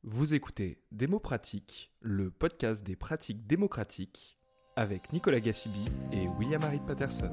Vous écoutez Démo Pratique, le podcast des pratiques démocratiques, avec Nicolas Gassibi et William-Harry Patterson.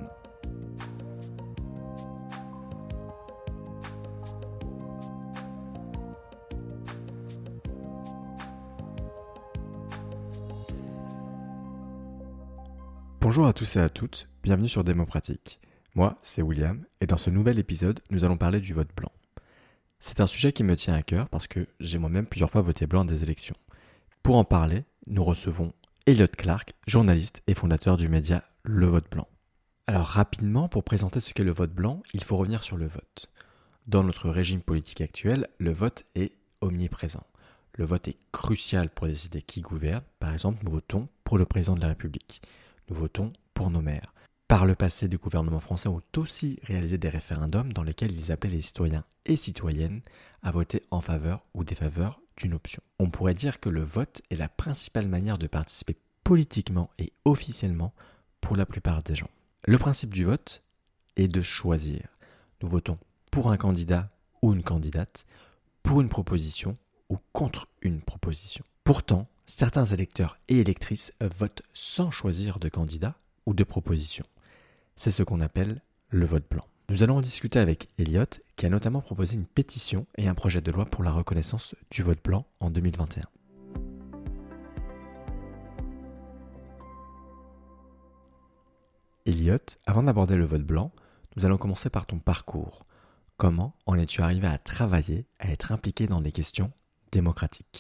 Bonjour à tous et à toutes, bienvenue sur Démo Pratique. Moi, c'est William, et dans ce nouvel épisode, nous allons parler du vote blanc. C'est un sujet qui me tient à cœur parce que j'ai moi-même plusieurs fois voté blanc des élections. Pour en parler, nous recevons Elliot Clark, journaliste et fondateur du média Le Vote Blanc. Alors rapidement, pour présenter ce qu'est le vote blanc, il faut revenir sur le vote. Dans notre régime politique actuel, le vote est omniprésent. Le vote est crucial pour décider qui gouverne. Par exemple, nous votons pour le président de la République. Nous votons pour nos maires. Par le passé, des gouvernements français ont aussi réalisé des référendums dans lesquels ils appelaient les citoyens et citoyennes à voter en faveur ou défaveur d'une option. On pourrait dire que le vote est la principale manière de participer politiquement et officiellement pour la plupart des gens. Le principe du vote est de choisir. Nous votons pour un candidat ou une candidate, pour une proposition ou contre une proposition. Pourtant, certains électeurs et électrices votent sans choisir de candidat ou de proposition. C'est ce qu'on appelle le vote blanc. Nous allons en discuter avec Elliot, qui a notamment proposé une pétition et un projet de loi pour la reconnaissance du vote blanc en 2021. Elliot, avant d'aborder le vote blanc, nous allons commencer par ton parcours. Comment en es-tu arrivé à travailler, à être impliqué dans des questions démocratiques ?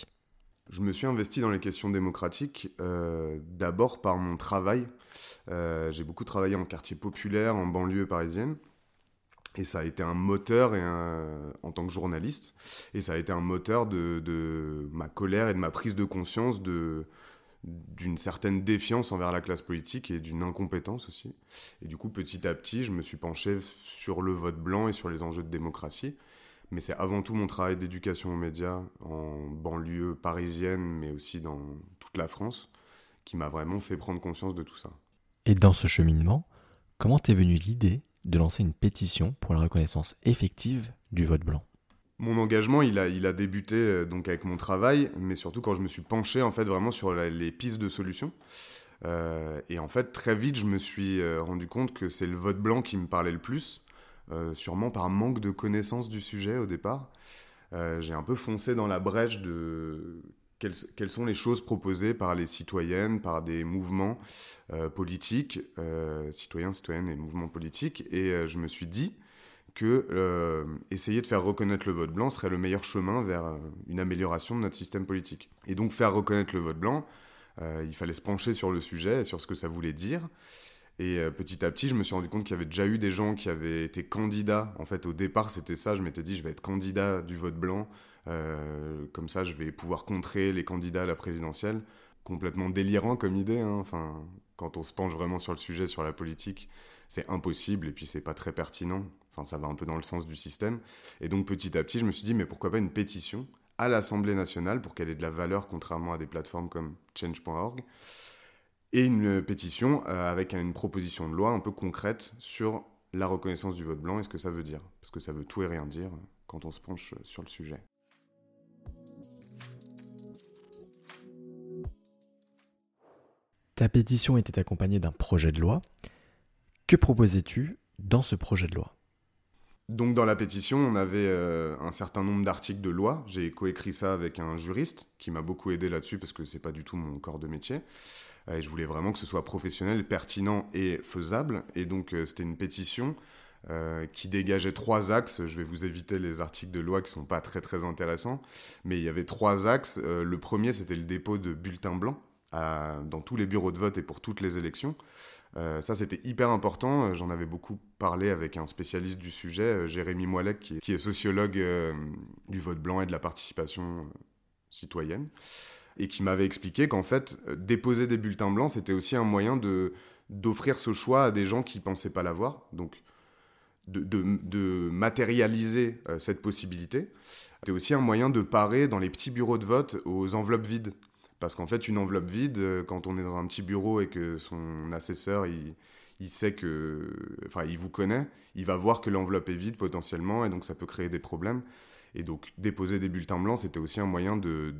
Je me suis investi dans les questions démocratiques d'abord par mon travail. J'ai beaucoup travaillé en quartier populaire, en banlieue parisienne. Et ça a été un moteur en tant que journaliste. Et ça a été un moteur de ma colère et de ma prise de conscience d'une certaine défiance envers la classe politique et d'une incompétence aussi. Et du coup, petit à petit, je me suis penché sur le vote blanc et sur les enjeux de démocratie. Mais c'est avant tout mon travail d'éducation aux médias en banlieue parisienne, mais aussi dans toute la France, qui m'a vraiment fait prendre conscience de tout ça. Et dans ce cheminement, comment t'es venue l'idée de lancer une pétition pour la reconnaissance effective du vote blanc ? Mon engagement, il a débuté donc avec mon travail, mais surtout quand je me suis penché en fait vraiment sur les pistes de solutions. Et en fait, très vite, je me suis rendu compte que c'est le vote blanc qui me parlait le plus. Sûrement par manque de connaissance du sujet au départ. J'ai un peu foncé dans la brèche de quelles sont les choses proposées par les citoyennes, par des mouvements politiques, citoyennes et mouvements politiques, et je me suis dit que essayer de faire reconnaître le vote blanc serait le meilleur chemin vers une amélioration de notre système politique. Et donc faire reconnaître le vote blanc, il fallait se pencher sur le sujet et sur ce que ça voulait dire. Et petit à petit, je me suis rendu compte qu'il y avait déjà eu des gens qui avaient été candidats. En fait, au départ, c'était ça. Je m'étais dit, je vais être candidat du vote blanc. Comme ça, je vais pouvoir contrer les candidats à la présidentielle. Complètement délirant comme idée. Hein. Enfin, quand on se penche vraiment sur le sujet, sur la politique, c'est impossible. Et puis, c'est pas très pertinent. Enfin, ça va un peu dans le sens du système. Et donc, petit à petit, je me suis dit, mais pourquoi pas une pétition à l'Assemblée nationale pour qu'elle ait de la valeur, contrairement à des plateformes comme Change.org. Et une pétition avec une proposition de loi un peu concrète sur la reconnaissance du vote blanc et ce que ça veut dire. Parce que ça veut tout et rien dire quand on se penche sur le sujet. Ta pétition était accompagnée d'un projet de loi. Que proposais-tu dans ce projet de loi ? Donc dans la pétition, on avait un certain nombre d'articles de loi. J'ai coécrit ça avec un juriste qui m'a beaucoup aidé là-dessus parce que c'est pas du tout mon corps de métier. Et je voulais vraiment que ce soit professionnel, pertinent et faisable. Et donc, c'était une pétition qui dégageait 3 axes. Je vais vous éviter les articles de loi qui ne sont pas très, très intéressants. Mais il y avait 3 axes. Le premier, c'était le dépôt de bulletins blancs dans tous les bureaux de vote et pour toutes les élections. Ça, c'était hyper important. J'en avais beaucoup parlé avec un spécialiste du sujet, Jérémy Moilec, qui est sociologue du vote blanc et de la participation citoyenne. Et qui m'avait expliqué qu'en fait, déposer des bulletins blancs, c'était aussi un moyen d'offrir ce choix à des gens qui ne pensaient pas l'avoir, donc de matérialiser cette possibilité. C'était aussi un moyen de parer dans les petits bureaux de vote aux enveloppes vides. Parce qu'en fait, une enveloppe vide, quand on est dans un petit bureau et que son assesseur, il sait que... Enfin, il vous connaît, il va voir que l'enveloppe est vide potentiellement, et donc ça peut créer des problèmes. Et donc, déposer des bulletins blancs, c'était aussi un moyen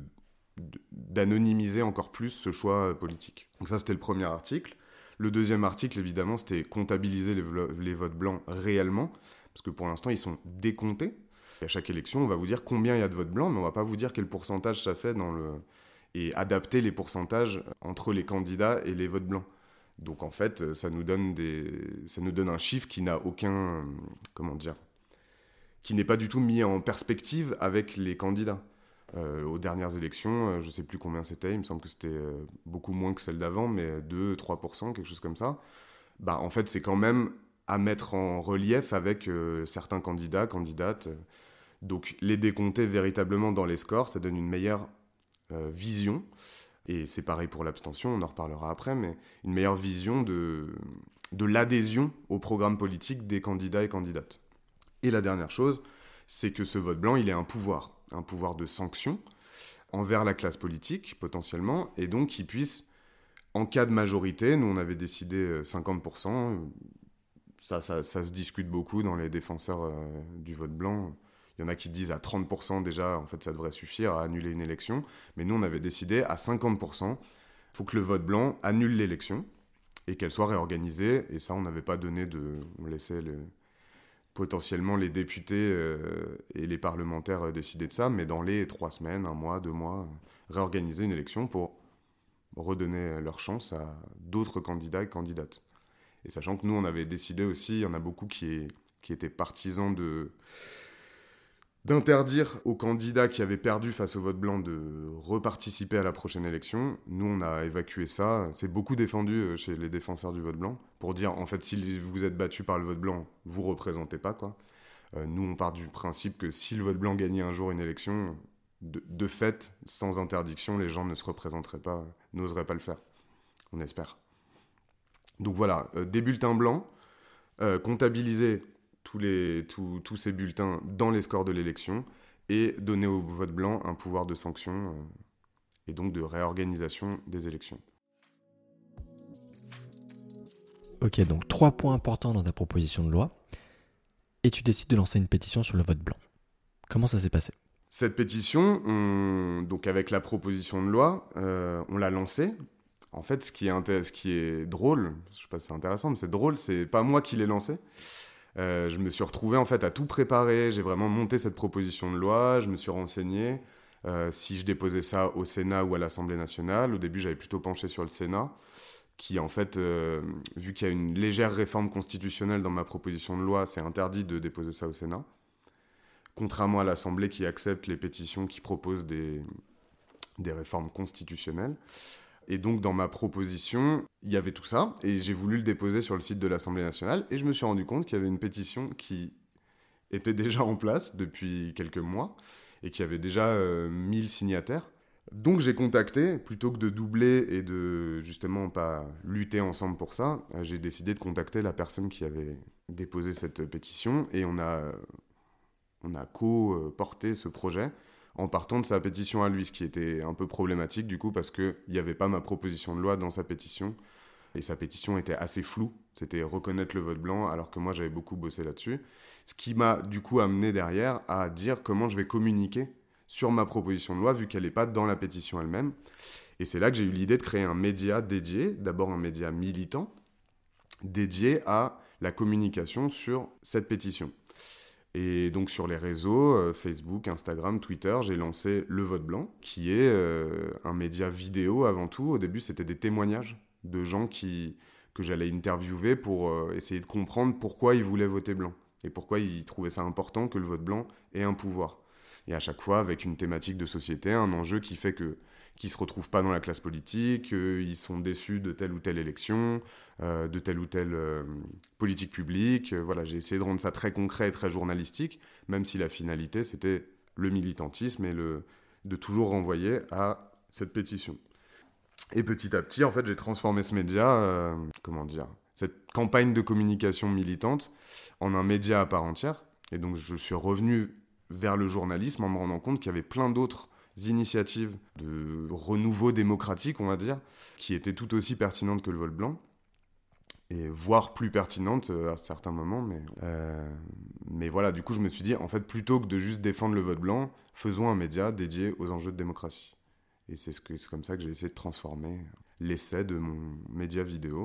d'anonymiser encore plus ce choix politique. Donc ça, c'était le premier article. Le deuxième article, évidemment, c'était comptabiliser les votes blancs réellement, parce que pour l'instant, ils sont décomptés. Et à chaque élection, on va vous dire combien il y a de votes blancs, mais on ne va pas vous dire quel pourcentage ça fait et adapter les pourcentages entre les candidats et les votes blancs. Donc en fait, ça nous donne un chiffre qui n'a aucun... qui n'est pas du tout mis en perspective avec les candidats. Aux dernières élections, je ne sais plus combien c'était, il me semble que c'était beaucoup moins que celle d'avant, mais 2-3%, quelque chose comme ça. Bah, en fait, c'est quand même à mettre en relief avec certains candidats, candidates. Donc, les décompter véritablement dans les scores, ça donne une meilleure vision. Et c'est pareil pour l'abstention, on en reparlera après, mais une meilleure vision de l'adhésion au programme politique des candidats et candidates. Et la dernière chose, c'est que ce vote blanc, il est un pouvoir de sanction envers la classe politique, potentiellement, et donc qu'il puisse, en cas de majorité, nous on avait décidé 50%, ça se discute beaucoup dans les défenseurs du vote blanc. Il y en a qui disent à 30% déjà, en fait ça devrait suffire à annuler une élection, mais nous on avait décidé à 50%, il faut que le vote blanc annule l'élection, et qu'elle soit réorganisée, et ça on n'avait pas donné on laissait potentiellement les députés et les parlementaires décider de ça, mais dans les 3 semaines, 1 mois, 2 mois, réorganiser une élection pour redonner leur chance à d'autres candidats et candidates. Et sachant que nous, on avait décidé aussi, il y en a beaucoup qui étaient partisans d'interdire aux candidats qui avaient perdu face au vote blanc de reparticiper à la prochaine élection. Nous, on a évacué ça. C'est beaucoup défendu chez les défenseurs du vote blanc pour dire, en fait, si vous êtes battu par le vote blanc, vous ne représentez pas, quoi. Nous, on part du principe que si le vote blanc gagnait un jour une élection, de fait, sans interdiction, les gens ne se représenteraient pas, n'oseraient pas le faire. On espère. Donc voilà, des bulletins blancs, comptabiliser tous ces bulletins dans les scores de l'élection et donner au vote blanc un pouvoir de sanction et donc de réorganisation des élections. Ok, donc 3 points importants dans ta proposition de loi. Et tu décides de lancer une pétition sur le vote blanc. Comment ça s'est passé ? Cette pétition, donc avec la proposition de loi, on l'a lancée. En fait, ce qui est drôle, je ne sais pas si c'est intéressant, mais c'est drôle, c'est pas moi qui l'ai lancée. Je me suis retrouvé en fait à tout préparer, j'ai vraiment monté cette proposition de loi, je me suis renseigné si je déposais ça au Sénat ou à l'Assemblée nationale. Au début, j'avais plutôt penché sur le Sénat, qui en fait, vu qu'il y a une légère réforme constitutionnelle dans ma proposition de loi, c'est interdit de déposer ça au Sénat. Contrairement à l'Assemblée qui accepte les pétitions qui proposent des réformes constitutionnelles. Et donc, dans ma proposition, il y avait tout ça, et j'ai voulu le déposer sur le site de l'Assemblée nationale, et je me suis rendu compte qu'il y avait une pétition qui était déjà en place depuis quelques mois, et qui avait déjà 1000 signataires. Donc j'ai contacté, plutôt que de doubler et de justement pas lutter ensemble pour ça, j'ai décidé de contacter la personne qui avait déposé cette pétition, et on a co-porté ce projet, en partant de sa pétition à lui, ce qui était un peu problématique du coup, parce qu'il n'y avait pas ma proposition de loi dans sa pétition, et sa pétition était assez floue, c'était reconnaître le vote blanc, alors que moi j'avais beaucoup bossé là-dessus, ce qui m'a du coup amené derrière à dire comment je vais communiquer sur ma proposition de loi, vu qu'elle n'est pas dans la pétition elle-même, et c'est là que j'ai eu l'idée de créer un média dédié, d'abord un média militant, dédié à la communication sur cette pétition. Et donc sur les réseaux, Facebook, Instagram, Twitter, j'ai lancé Le Vote Blanc, qui est un média vidéo avant tout. Au début, c'était des témoignages de gens que j'allais interviewer pour essayer de comprendre pourquoi ils voulaient voter blanc et pourquoi ils trouvaient ça important que le vote blanc ait un pouvoir. Et à chaque fois, avec une thématique de société, un enjeu qui fait qu'ils ne se retrouvent pas dans la classe politique, ils sont déçus de telle ou telle élection, de telle ou telle politique publique. Voilà, j'ai essayé de rendre ça très concret et très journalistique, même si la finalité, c'était le militantisme et de toujours renvoyer à cette pétition. Et petit à petit, en fait, j'ai transformé ce média, cette campagne de communication militante en un média à part entière. Et donc, je suis revenu vers le journalisme en me rendant compte qu'il y avait plein d'autres initiatives de renouveau démocratique, on va dire, qui étaient tout aussi pertinentes que le vote blanc. et voire plus pertinente à certains moments. Mais voilà, du coup, je me suis dit, en fait, plutôt que de juste défendre le vote blanc, faisons un média dédié aux enjeux de démocratie. Et c'est comme ça que j'ai essayé de transformer l'essai de mon média vidéo.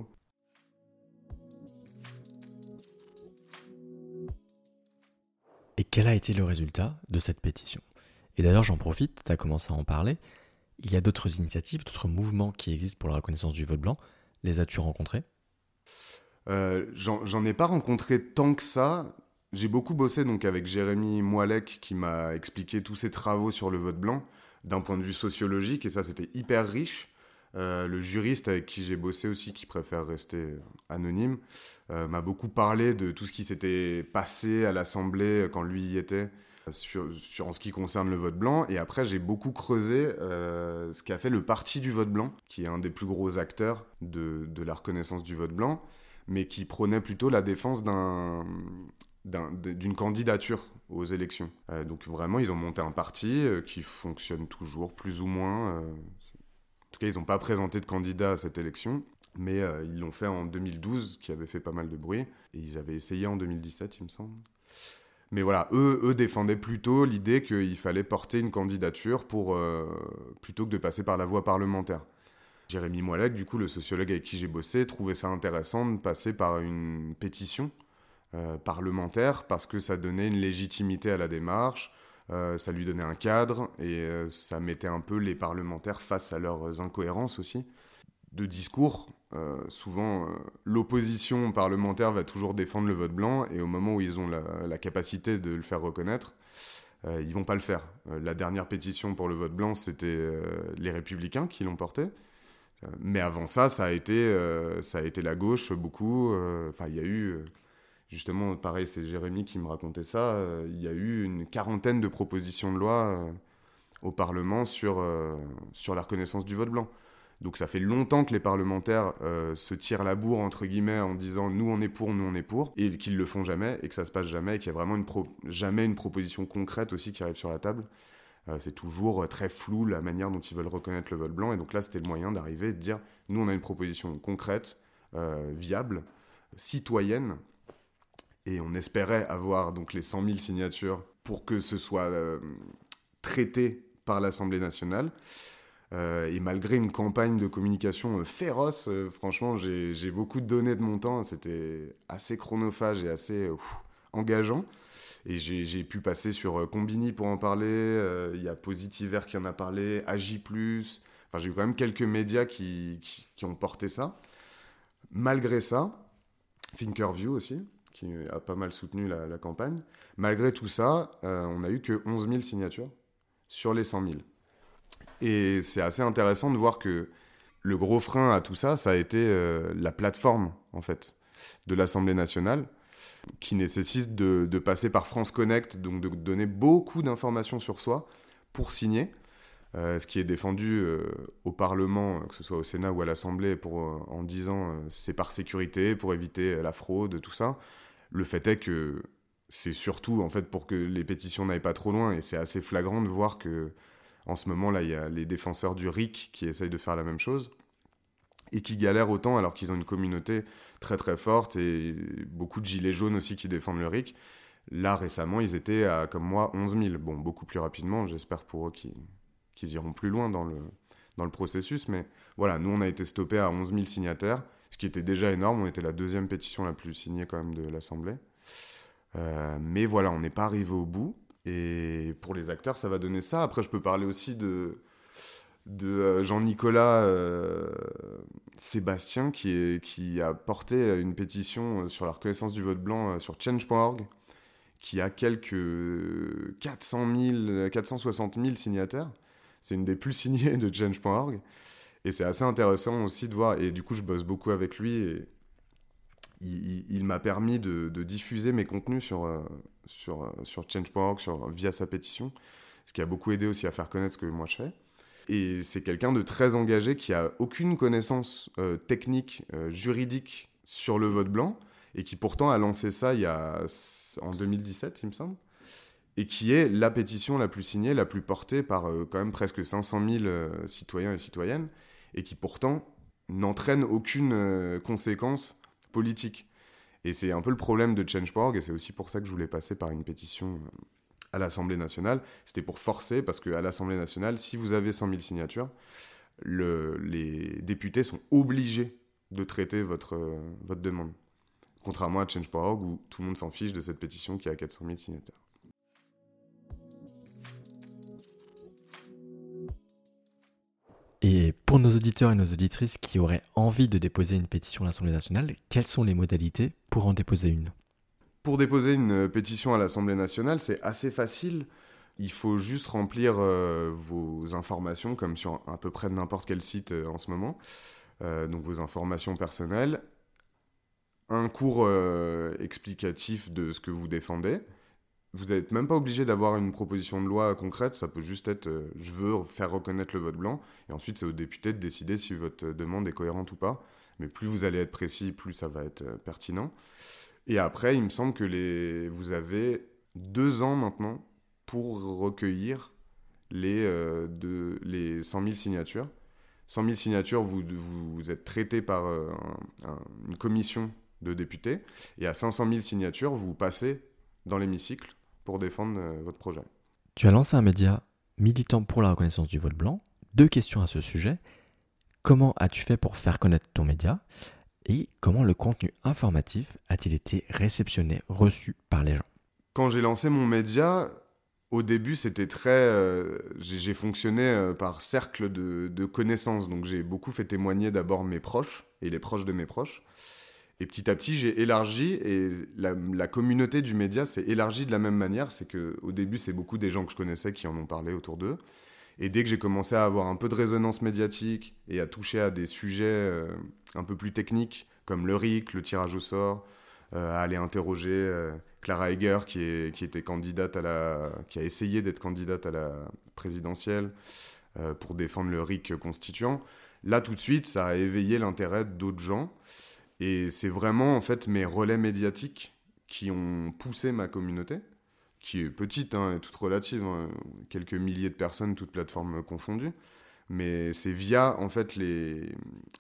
Et quel a été le résultat de cette pétition ? Et d'ailleurs, j'en profite, tu as commencé à en parler. Il y a d'autres initiatives, d'autres mouvements qui existent pour la reconnaissance du vote blanc. Les as-tu rencontrés ? J'en ai pas rencontré tant que ça. J'ai beaucoup bossé donc avec Jérémy Moilec qui m'a expliqué tous ses travaux sur le vote blanc d'un point de vue sociologique, et ça c'était hyper riche. Le juriste avec qui j'ai bossé aussi, qui préfère rester anonyme, m'a beaucoup parlé de tout ce qui s'était passé à l'Assemblée quand lui y était, en ce qui concerne le vote blanc. Et après, j'ai beaucoup creusé ce qu'a fait le Parti du vote blanc, qui est un des plus gros acteurs de la reconnaissance du vote blanc, mais qui prônait plutôt la défense d'une candidature aux élections. Donc vraiment, ils ont monté un parti qui fonctionne toujours, plus ou moins. En tout cas, ils n'ont pas présenté de candidat à cette élection, mais ils l'ont fait en 2012, qui avait fait pas mal de bruit, et ils avaient essayé en 2017, il me semble. Mais voilà, eux défendaient plutôt l'idée qu'il fallait porter une candidature plutôt que de passer par la voie parlementaire. Jérémy Moilec, du coup, le sociologue avec qui j'ai bossé, trouvait ça intéressant de passer par une pétition parlementaire, parce que ça donnait une légitimité à la démarche, ça lui donnait un cadre, et ça mettait un peu les parlementaires face à leurs incohérences aussi de discours. Souvent, l'opposition parlementaire va toujours défendre le vote blanc, et au moment où ils ont la capacité de le faire reconnaître, ils vont pas le faire. La dernière pétition pour le vote blanc, c'était les Républicains qui l'ont porté. Mais avant ça, ça a été la gauche beaucoup. Il y a eu... Justement, pareil, c'est Jérémy qui me racontait ça. Il y a eu une quarantaine de propositions de loi au Parlement sur la reconnaissance du vote blanc. Donc ça fait longtemps que les parlementaires se tirent la bourre, entre guillemets, en disant « nous on est pour », et qu'ils le font jamais, et que ça se passe jamais, et qu'il y a vraiment jamais une proposition concrète aussi qui arrive sur la table. C'est toujours très flou la manière dont ils veulent reconnaître le vote blanc, et donc là c'était le moyen d'arriver et de dire « nous on a une proposition concrète, viable, citoyenne », et on espérait avoir donc les 100 000 signatures pour que ce soit traité par l'Assemblée nationale. Et malgré une campagne de communication féroce, franchement, j'ai beaucoup donné de mon temps. C'était assez chronophage et assez engageant. Et j'ai pu passer sur Combini pour en parler. Il y a Positiver qui en a parlé, Agi+. Enfin, j'ai eu quand même quelques médias qui ont porté ça. Malgré ça, Thinkerview aussi, qui a pas mal soutenu la campagne. Malgré tout ça, on n'a eu que 11 000 signatures sur les 100 000. Et c'est assez intéressant de voir que le gros frein à tout ça, ça a été la plateforme, en fait, de l'Assemblée nationale, qui nécessite de passer par France Connect, donc de donner beaucoup d'informations sur soi pour signer. Ce qui est défendu au Parlement, que ce soit au Sénat ou à l'Assemblée, en disant c'est par sécurité, pour éviter la fraude, tout ça. Le fait est que c'est surtout en fait, pour que les pétitions n'aillent pas trop loin, et c'est assez flagrant de voir que en ce moment, là, il y a les défenseurs du RIC qui essayent de faire la même chose et qui galèrent autant alors qu'ils ont une communauté très très forte et beaucoup de gilets jaunes aussi qui défendent le RIC. Là, récemment, ils étaient à, comme moi, 11 000. Bon, beaucoup plus rapidement, j'espère pour eux qu'ils iront plus loin dans le processus. Mais voilà, nous, on a été stoppés à 11 000 signataires, ce qui était déjà énorme. On était la deuxième pétition la plus signée quand même de l'Assemblée. Mais voilà, on n'est pas arrivé au bout. Et pour les acteurs, ça va donner ça. Après, je peux parler aussi de Jean-Nicolas Sébastien qui a porté une pétition sur la reconnaissance du vote blanc sur change.org, qui a quelques 460 000 signataires. C'est une des plus signées de change.org. Et c'est assez intéressant aussi de voir. Et du coup, je bosse beaucoup avec lui. Et il m'a permis de diffuser mes contenus sur change.org, via sa pétition, ce qui a beaucoup aidé aussi à faire connaître ce que moi je fais. Et c'est quelqu'un de très engagé qui a aucune connaissance technique, juridique sur le vote blanc, et qui pourtant a lancé ça en 2017, il me semble, et qui est la pétition la plus signée, la plus portée par quand même presque 500 000 citoyens et citoyennes, et qui pourtant n'entraîne aucune conséquence politique. Et c'est un peu le problème de Change.org, et c'est aussi pour ça que je voulais passer par une pétition à l'Assemblée nationale. C'était pour forcer, parce qu'à l'Assemblée nationale, si vous avez 100 000 signatures, les députés sont obligés de traiter votre demande. Contrairement à Change.org, où tout le monde s'en fiche de cette pétition qui a 400 000 signataires. Et pour nos auditeurs et nos auditrices qui auraient envie de déposer une pétition à l'Assemblée nationale, quelles sont les modalités pour en déposer une ? Pour déposer une pétition à l'Assemblée nationale, c'est assez facile. Il faut juste remplir vos informations, comme sur à peu près n'importe quel site en ce moment. Donc vos informations personnelles, un cours explicatif de ce que vous défendez. Vous n'êtes même pas obligé d'avoir une proposition de loi concrète, ça peut juste être je veux faire reconnaître le vote blanc, et ensuite c'est aux députés de décider si votre demande est cohérente ou pas. Mais plus vous allez être précis, plus ça va être pertinent. Et après, il me semble que vous avez 2 ans maintenant pour recueillir les 100 000 signatures. 100 000 signatures, vous êtes traité par une commission de députés, et à 500 000 signatures, vous passez dans l'hémicycle pour défendre votre projet. Tu as lancé un média militant pour la reconnaissance du vote blanc. 2 questions à ce sujet. Comment as-tu fait pour faire connaître ton média ? Et comment le contenu informatif a-t-il été réceptionné, reçu par les gens ? Quand j'ai lancé mon média, au début, c'était très... j'ai fonctionné par cercle de connaissances. Donc j'ai beaucoup fait témoigner d'abord mes proches et les proches de mes proches. Et petit à petit, j'ai élargi, et la communauté du média s'est élargie de la même manière. C'est qu'au début, c'est beaucoup des gens que je connaissais qui en ont parlé autour d'eux. Et dès que j'ai commencé à avoir un peu de résonance médiatique et à toucher à des sujets un peu plus techniques, comme le RIC, le tirage au sort, à aller interroger Clara Egger, qui était candidate qui a essayé d'être candidate à la présidentielle pour défendre le RIC constituant, là, tout de suite, ça a éveillé l'intérêt d'autres gens. Et c'est vraiment, en fait, mes relais médiatiques qui ont poussé ma communauté, qui est petite et toute relative, quelques milliers de personnes, toutes plateformes confondues. Mais c'est via, en fait, les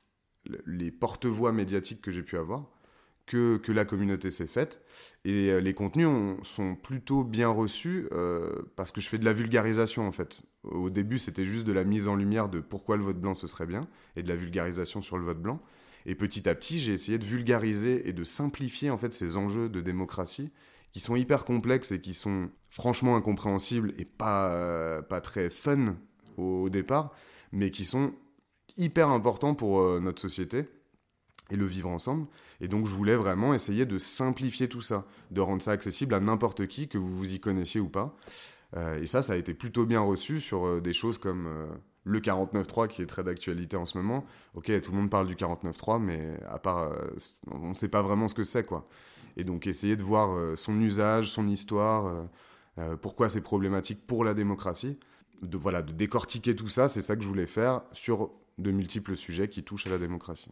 porte-voix médiatiques que j'ai pu avoir que la communauté s'est faite. Et les contenus sont plutôt bien reçus parce que je fais de la vulgarisation, en fait. Au début, c'était juste de la mise en lumière de pourquoi le vote blanc, ce serait bien, et de la vulgarisation sur le vote blanc. Et petit à petit, j'ai essayé de vulgariser et de simplifier, en fait, ces enjeux de démocratie qui sont hyper complexes et qui sont franchement incompréhensibles et pas très fun au départ, mais qui sont hyper importants pour notre société et le vivre ensemble. Et donc, je voulais vraiment essayer de simplifier tout ça, de rendre ça accessible à n'importe qui, que vous y connaissiez ou pas. Et ça a été plutôt bien reçu sur des choses comme le 49.3, qui est très d'actualité en ce moment. Ok, tout le monde parle du 49.3, mais à part, on ne sait pas vraiment ce que c'est, quoi. Et donc, essayer de voir son usage, son histoire, pourquoi c'est problématique pour la démocratie. De décortiquer tout ça, c'est ça que je voulais faire sur de multiples sujets qui touchent à la démocratie.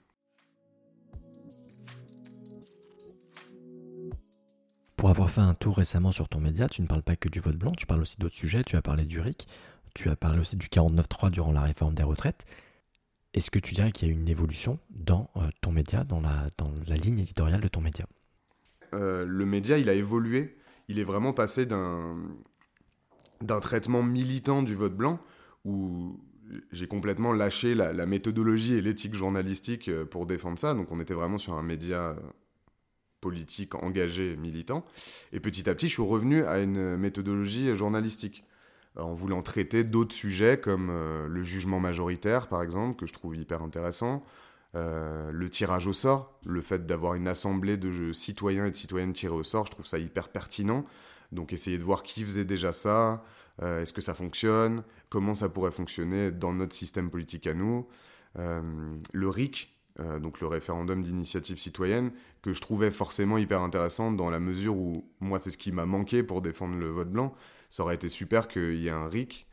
Pour avoir fait un tour récemment sur ton média, tu ne parles pas que du vote blanc, tu parles aussi d'autres sujets, tu as parlé du RIC, tu as parlé aussi du 49.3 durant la réforme des retraites. Est-ce que tu dirais qu'il y a eu une évolution dans ton média, dans la ligne éditoriale de ton média ? Le média, il a évolué. Il est vraiment passé d'un traitement militant du vote blanc, où j'ai complètement lâché la méthodologie et l'éthique journalistique pour défendre ça. Donc on était vraiment sur un média politique engagé, militant. Et petit à petit, je suis revenu à une méthodologie journalistique, en voulant traiter d'autres sujets comme le jugement majoritaire, par exemple, que je trouve hyper intéressant, le tirage au sort, le fait d'avoir une assemblée de citoyens et de citoyennes tirés au sort, je trouve ça hyper pertinent. Donc essayer de voir qui faisait déjà ça, est-ce que ça fonctionne, comment ça pourrait fonctionner dans notre système politique à nous. Le RIC, donc le référendum d'initiative citoyenne, que je trouvais forcément hyper intéressant dans la mesure où, moi, c'est ce qui m'a manqué pour défendre le vote blanc. Ça aurait été super qu'il y ait un RIC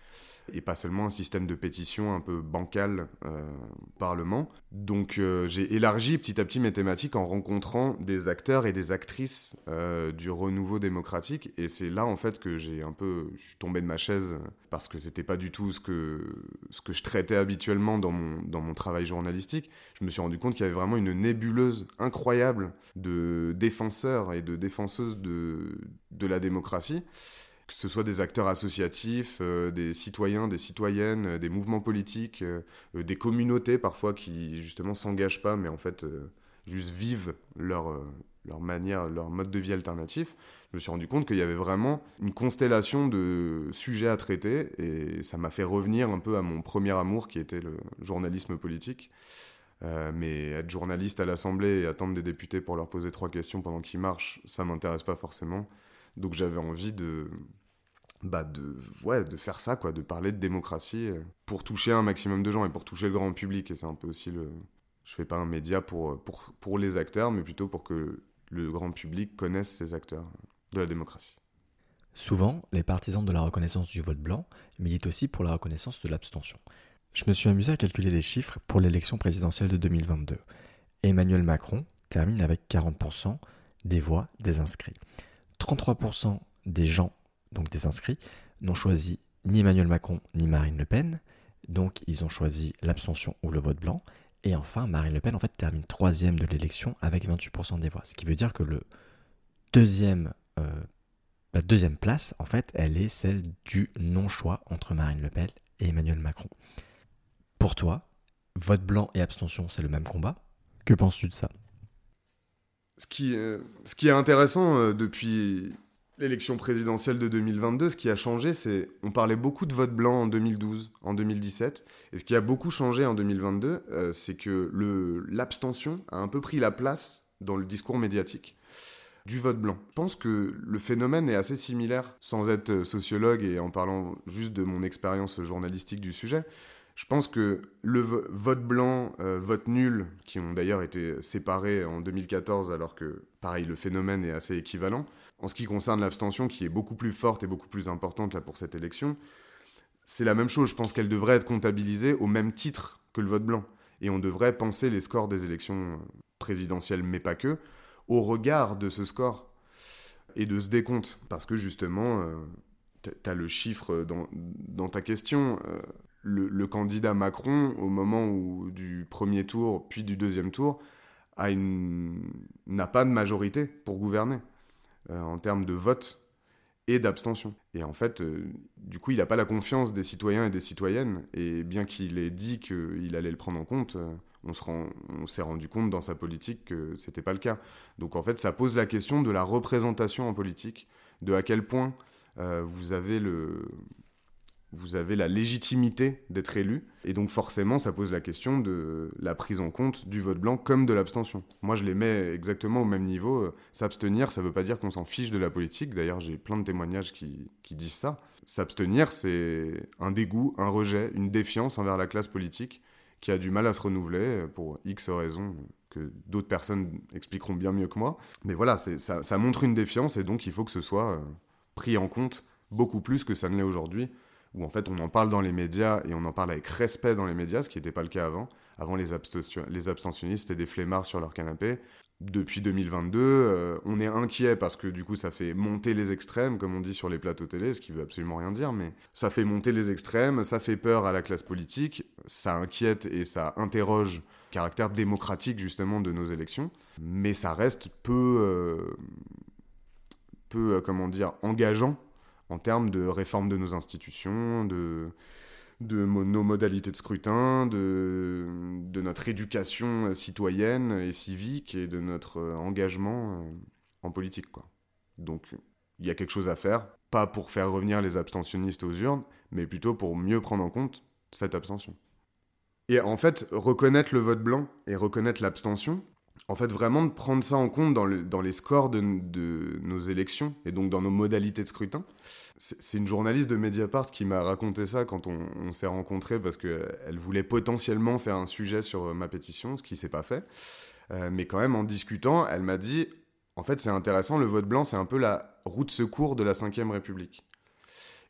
et pas seulement un système de pétition un peu bancal au Parlement. Donc j'ai élargi petit à petit mes thématiques en rencontrant des acteurs et des actrices du renouveau démocratique, et c'est là en fait que je suis tombé de ma chaise parce que c'était pas du tout ce que je traitais habituellement dans mon travail journalistique. Je me suis rendu compte qu'il y avait vraiment une nébuleuse incroyable de défenseurs et de défenseuses de la démocratie, que ce soit des acteurs associatifs, des citoyens, des citoyennes, des mouvements politiques, des communautés parfois qui justement s'engagent pas, mais en fait juste vivent leur manière, leur mode de vie alternatif. Je me suis rendu compte qu'il y avait vraiment une constellation de sujets à traiter, et ça m'a fait revenir un peu à mon premier amour qui était le journalisme politique. Mais être journaliste à l'Assemblée et attendre des députés pour leur poser 3 questions pendant qu'ils marchent, ça m'intéresse pas forcément. Donc j'avais envie de faire ça, quoi, de parler de démocratie pour toucher un maximum de gens et pour toucher le grand public. Et c'est un peu aussi je fais pas un média pour les acteurs, mais plutôt pour que le grand public connaisse ces acteurs de la démocratie. Souvent, les partisans de la reconnaissance du vote blanc militent aussi pour la reconnaissance de l'abstention. Je me suis amusé à calculer les chiffres pour l'élection présidentielle de 2022. Emmanuel Macron termine avec 40% des voix des inscrits. 33% des gens, donc des inscrits, n'ont choisi ni Emmanuel Macron ni Marine Le Pen, donc ils ont choisi l'abstention ou le vote blanc. Et enfin, Marine Le Pen en fait termine 3e de l'élection avec 28% des voix. Ce qui veut dire que la deuxième place, en fait, elle est celle du non-choix entre Marine Le Pen et Emmanuel Macron. Pour toi, vote blanc et abstention, c'est le même combat? Que penses-tu de ça? Ce qui est intéressant depuis l'élection présidentielle de 2022, ce qui a changé, c'est on parlait beaucoup de vote blanc en 2012, en 2017, et ce qui a beaucoup changé en 2022, c'est que l'abstention a un peu pris la place dans le discours médiatique du vote blanc. Je pense que le phénomène est assez similaire, sans être sociologue et en parlant juste de mon expérience journalistique du sujet. Je pense que le vote blanc, vote nul, qui ont d'ailleurs été séparés en 2014, alors que, pareil, le phénomène est assez équivalent. En ce qui concerne l'abstention, qui est beaucoup plus forte et beaucoup plus importante là pour cette élection, c'est la même chose. Je pense qu'elle devrait être comptabilisée au même titre que le vote blanc. Et on devrait penser les scores des élections présidentielles, mais pas que, au regard de ce score et de ce décompte. Parce que justement, t'as le chiffre dans ta question. Le candidat Macron, au moment du premier tour, puis du deuxième tour, n'a pas de majorité pour gouverner en termes de vote et d'abstention. Et en fait, du coup, il n'a pas la confiance des citoyens et des citoyennes. Et bien qu'il ait dit qu'il allait le prendre en compte, on s'est rendu compte dans sa politique que ce n'était pas le cas. Donc en fait, ça pose la question de la représentation en politique, de à quel point vous avez la légitimité d'être élu, et donc forcément ça pose la question de la prise en compte du vote blanc comme de l'abstention. Moi je les mets exactement au même niveau. S'abstenir, ça veut pas dire qu'on s'en fiche de la politique, d'ailleurs j'ai plein de témoignages qui disent ça. S'abstenir, c'est un dégoût, un rejet, une défiance envers la classe politique qui a du mal à se renouveler pour X raisons que d'autres personnes expliqueront bien mieux que moi. Mais voilà, ça montre une défiance, et donc il faut que ce soit pris en compte beaucoup plus que ça ne l'est aujourd'hui, où en fait on en parle dans les médias et on en parle avec respect dans les médias, ce qui n'était pas le cas avant. Avant, les abstentionnistes étaient des flemmards sur leur canapé. Depuis 2022, on est inquiet parce que du coup ça fait monter les extrêmes, comme on dit sur les plateaux télé, ce qui veut absolument rien dire, mais ça fait monter les extrêmes, ça fait peur à la classe politique, ça inquiète et ça interroge le caractère démocratique justement de nos élections, mais ça reste peu engageant en termes de réforme de nos institutions, de nos modalités de scrutin, de notre éducation citoyenne et civique et de notre engagement en politique, quoi. Donc, il y a quelque chose à faire, pas pour faire revenir les abstentionnistes aux urnes, mais plutôt pour mieux prendre en compte cette abstention. Et en fait, reconnaître le vote blanc et reconnaître l'abstention, en fait, vraiment de prendre ça en compte dans les scores de nos élections et donc dans nos modalités de scrutin. C'est une journaliste de Mediapart qui m'a raconté ça quand on s'est rencontrés, parce qu'elle voulait potentiellement faire un sujet sur ma pétition, ce qui ne s'est pas fait. Mais quand même, en discutant, elle m'a dit, en fait, c'est intéressant, le vote blanc, c'est un peu la roue de secours de la Ve République.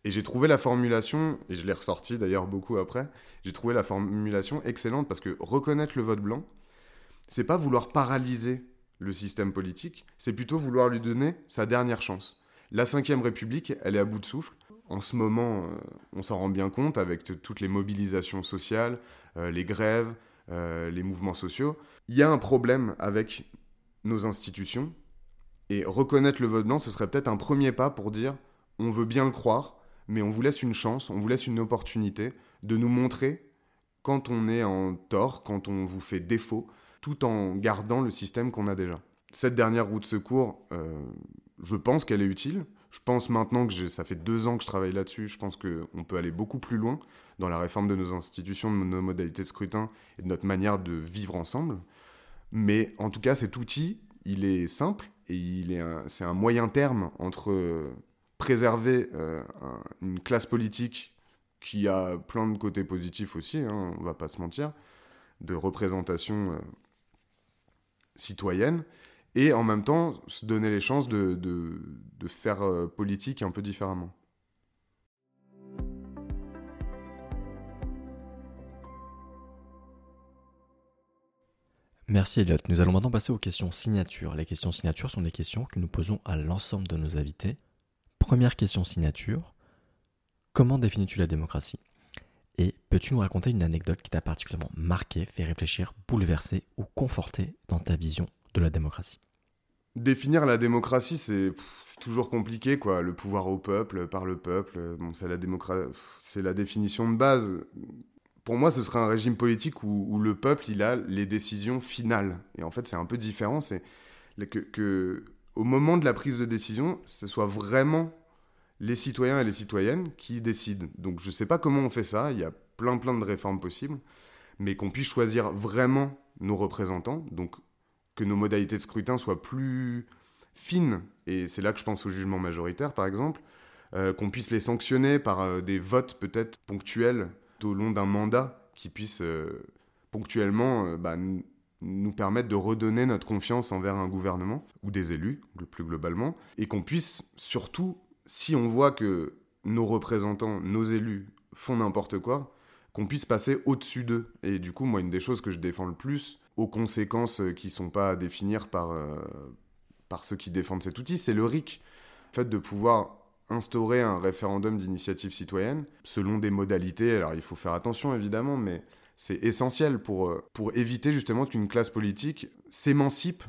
Et j'ai trouvé la formulation, et je l'ai ressortie d'ailleurs beaucoup après, j'ai trouvé la formulation excellente parce que reconnaître le vote blanc, c'est pas vouloir paralyser le système politique, c'est plutôt vouloir lui donner sa dernière chance. La Ve République, elle est à bout de souffle. En ce moment, on s'en rend bien compte avec toutes les mobilisations sociales, les grèves, les mouvements sociaux. Il y a un problème avec nos institutions, et reconnaître le vote blanc, ce serait peut-être un premier pas pour dire on veut bien le croire, mais on vous laisse une chance, on vous laisse une opportunité de nous montrer quand on est en tort, quand on vous fait défaut, tout en gardant le système qu'on a déjà. Cette dernière roue de secours, je pense qu'elle est utile. Je pense maintenant que ça fait 2 ans que je travaille là-dessus, je pense qu'on peut aller beaucoup plus loin dans la réforme de nos institutions, de nos modalités de scrutin et de notre manière de vivre ensemble. Mais en tout cas, cet outil, il est simple et c'est un moyen terme entre préserver une classe politique qui a plein de côtés positifs aussi, hein, on va pas se mentir, de représentation citoyenne, et en même temps se donner les chances de faire politique un peu différemment. Merci Elliot. Nous allons maintenant passer aux questions signatures. Les questions signatures sont des questions que nous posons à l'ensemble de nos invités. Première question signature. Comment définis-tu la démocratie ? Et peux-tu nous raconter une anecdote qui t'a particulièrement marqué, fait réfléchir, bouleversé ou conforté dans ta vision de la démocratie ? Définir la démocratie, c'est toujours compliqué, quoi. Le pouvoir au peuple, par le peuple, bon, c'est la définition de base. Pour moi, ce serait un régime politique où le peuple, il a les décisions finales. Et en fait, c'est un peu différent. C'est que au moment de la prise de décision, ce soit vraiment les citoyens et les citoyennes qui décident. Donc, je ne sais pas comment on fait ça. Il y a plein de réformes possibles. Mais qu'on puisse choisir vraiment nos représentants. Donc, que nos modalités de scrutin soient plus fines. Et c'est là que je pense au jugement majoritaire, par exemple. Qu'on puisse les sanctionner par des votes peut-être ponctuels au long d'un mandat qui puisse ponctuellement nous permettre de redonner notre confiance envers un gouvernement ou des élus, plus globalement, et qu'on puisse surtout, si on voit que nos représentants, nos élus font n'importe quoi, qu'on puisse passer au-dessus d'eux. Et du coup, moi, une des choses que je défends le plus, aux conséquences qui ne sont pas à définir par ceux qui défendent cet outil, c'est le RIC. Le fait de pouvoir instaurer un référendum d'initiative citoyenne, selon des modalités, alors il faut faire attention évidemment, mais c'est essentiel pour éviter justement qu'une classe politique s'émancipe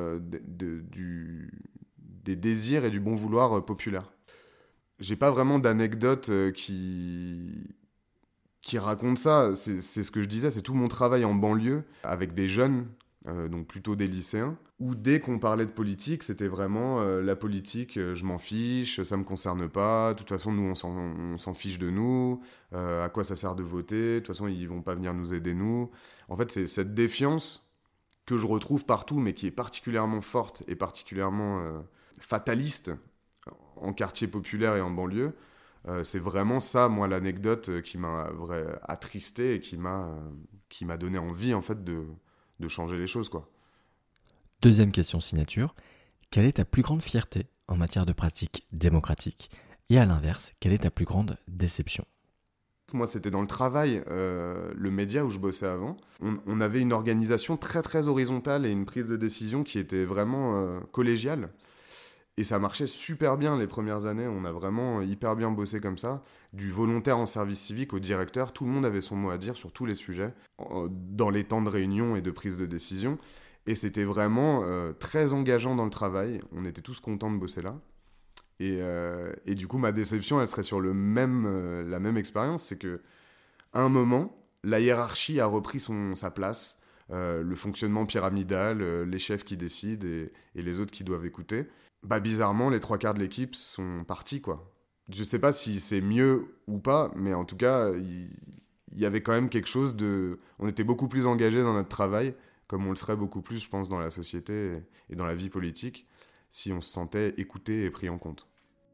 des désirs et du bon vouloir populaire. J'ai pas vraiment d'anecdote qui raconte ça, c'est ce que je disais, c'est tout mon travail en banlieue, avec des jeunes, donc plutôt des lycéens, où dès qu'on parlait de politique, c'était vraiment la politique, je m'en fiche, ça me concerne pas, de toute façon nous on s'en fiche de nous, à quoi ça sert de voter, de toute façon ils vont pas venir nous aider nous. En fait c'est cette défiance que je retrouve partout, mais qui est particulièrement forte et particulièrement fataliste en quartier populaire et en banlieue. C'est vraiment ça, moi, l'anecdote qui m'a attristé et qui m'a donné envie en fait de changer les choses, quoi. Deuxième question signature. Quelle est ta plus grande fierté en matière de pratique démocratique ? Et à l'inverse, quelle est ta plus grande déception ? Moi, c'était dans le travail, le média où je bossais avant. On avait une organisation très horizontale et une prise de décision qui était vraiment collégiale. Et ça marchait super bien les premières années. On a vraiment hyper bien bossé comme ça. Du volontaire en service civique au directeur, tout le monde avait son mot à dire sur tous les sujets, dans les temps de réunion et de prise de décision. Et c'était vraiment très engageant dans le travail. On était tous contents de bosser là. Et du coup, ma déception, elle serait sur la même expérience. C'est qu'à un moment, la hiérarchie a repris sa place. Le fonctionnement pyramidal, les chefs qui décident et les autres qui doivent écouter. Bizarrement, les 3/4 de l'équipe sont partis, quoi. Je sais pas si c'est mieux ou pas, mais en tout cas, il y avait quand même quelque chose de... On était beaucoup plus engagés dans notre travail, comme on le serait beaucoup plus, je pense, dans la société et dans la vie politique, si on se sentait écouté et pris en compte.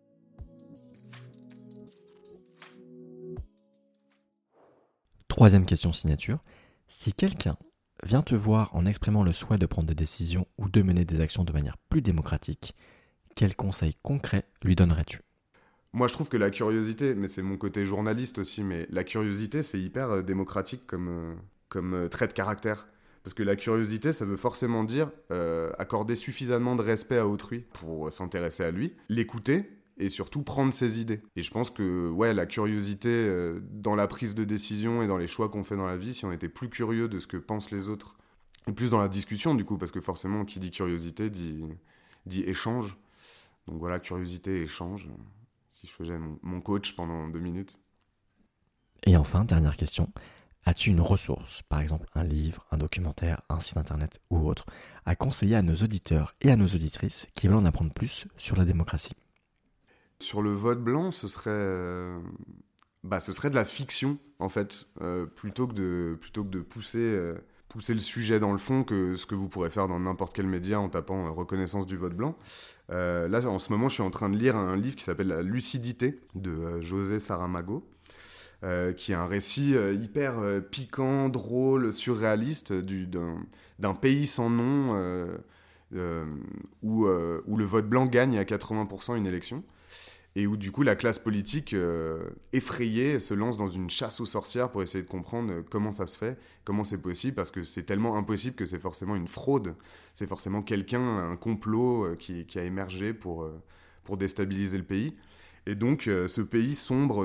Troisième question signature. Si quelqu'un vient te voir en exprimant le souhait de prendre des décisions ou de mener des actions de manière plus démocratique, quels conseils concrets lui donnerais-tu ? Moi, je trouve que la curiosité, mais c'est mon côté journaliste aussi, mais la curiosité, c'est hyper démocratique comme trait de caractère. Parce que la curiosité, ça veut forcément dire accorder suffisamment de respect à autrui pour s'intéresser à lui, l'écouter et surtout prendre ses idées. Et je pense que ouais, la curiosité dans la prise de décision et dans les choix qu'on fait dans la vie, si on était plus curieux de ce que pensent les autres, et plus dans la discussion du coup, parce que forcément, qui dit curiosité dit échange. Donc voilà, curiosité et échange. Si je faisais mon coach pendant 2 minutes. Et enfin, dernière question, as-tu une ressource, par exemple un livre, un documentaire, un site internet ou autre, à conseiller à nos auditeurs et à nos auditrices qui veulent en apprendre plus sur la démocratie ? Sur le vote blanc, ce serait de la fiction, en fait, plutôt que de pousser le sujet dans le fond, que ce que vous pourrez faire dans n'importe quel média en tapant reconnaissance du vote blanc. Là, en ce moment, je suis en train de lire un livre qui s'appelle La lucidité de José Saramago, qui est un récit hyper piquant, drôle, surréaliste d'un pays sans nom où le vote blanc gagne à 80% une élection. Et où du coup la classe politique effrayée se lance dans une chasse aux sorcières pour essayer de comprendre comment ça se fait, comment c'est possible, parce que c'est tellement impossible que c'est forcément une fraude, c'est forcément quelqu'un, un complot qui a émergé pour déstabiliser le pays. Et donc ce pays sombre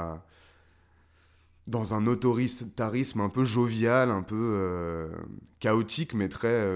dans un autoritarisme un peu jovial, un peu chaotique, mais très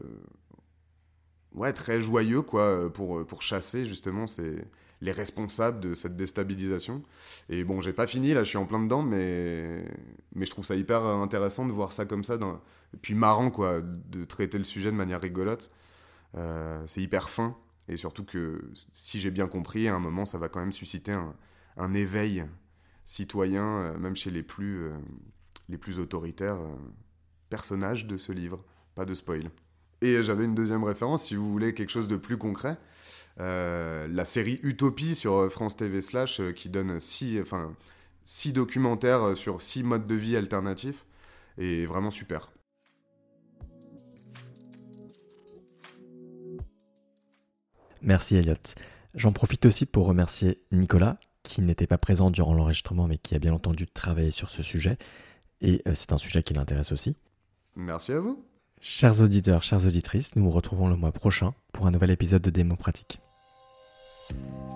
joyeux quoi, pour chasser justement les responsables de cette déstabilisation. Et bon, j'ai pas fini, là, je suis en plein dedans, mais je trouve ça hyper intéressant de voir ça comme ça, et puis marrant, quoi, de traiter le sujet de manière rigolote. C'est hyper fin, et surtout que, si j'ai bien compris, à un moment, ça va quand même susciter un éveil citoyen, même chez les plus autoritaires personnages de ce livre. Pas de spoil. Et j'avais une deuxième référence, si vous voulez quelque chose de plus concret. La série Utopie sur France TV / qui donne 6 documentaires sur 6 modes de vie alternatifs est vraiment super. Merci Elliot. J'en profite aussi pour remercier Nicolas, qui n'était pas présent durant l'enregistrement mais qui a bien entendu travaillé sur ce sujet. Et c'est un sujet qui l'intéresse aussi. Merci à vous. Chers auditeurs, chères auditrices, nous vous retrouvons le mois prochain pour un nouvel épisode de Démo Pratique.